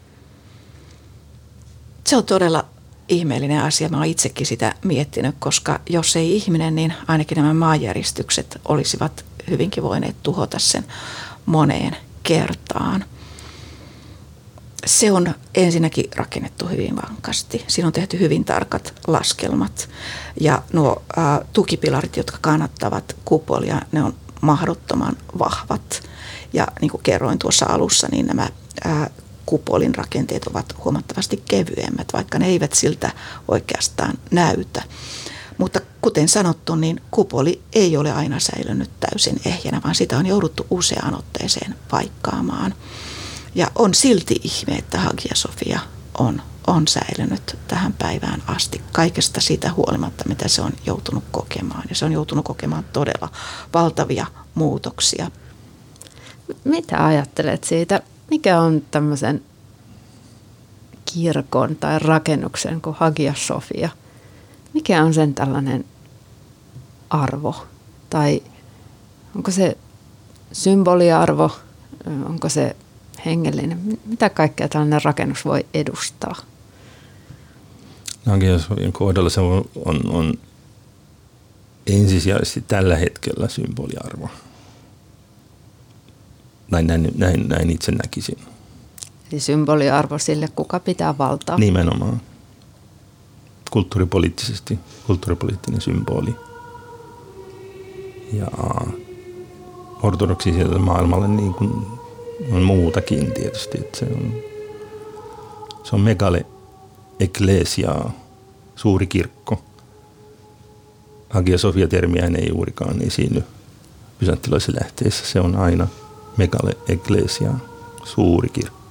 Se on todella ihmeellinen asia. Mä oon itsekin sitä miettinyt, koska jos ei ihminen, niin ainakin nämä maanjäristykset olisivat hyvinkin voineet tuhota sen moneen kertaan. Se on ensinnäkin rakennettu hyvin vankasti. Siinä on tehty hyvin tarkat laskelmat ja nuo ä, tukipilarit, jotka kannattavat kupolia, ne on mahdottoman vahvat. Ja niin kuin kerroin tuossa alussa, niin nämä ä, kupolin rakenteet ovat huomattavasti kevyemmät, vaikka ne eivät siltä oikeastaan näytä. Mutta kuten sanottu, niin kupoli ei ole aina säilynyt täysin ehjänä, vaan sitä on jouduttu useaan otteeseen paikkaamaan. Ja on silti ihme, että Hagia Sofia on, on säilynyt tähän päivään asti kaikesta siitä huolimatta, mitä se on joutunut kokemaan. Ja se on joutunut kokemaan todella valtavia muutoksia. Mitä ajattelet siitä? Mikä on tämmöisen kirkon tai rakennuksen kuin Hagia Sofia? Mikä on sen tällainen arvo? Tai onko se symboliarvo? Onko se hengellinen? Mitä kaikkea tällainen rakennus voi edustaa? Hagia Sofian kohdalla se on, on, on ensisijaisesti tällä hetkellä symboliarvo. Näin, näin, näin, näin itse näkisin. Eli symboliarvo sille, kuka pitää valtaa. Nimenomaan. Kulttuuripoliittisesti, kulttuuripoliittinen symboli. Ja ortodoksiselle maailmalle niin kuin on muutakin tietysti. Että se on, se on megale ecclesia, suuri kirkko. Hagia Sofia-termiä ei juurikaan esiinny bysanttilaisessa lähteessä. Se on aina megale ecclesia, suuri kirkko.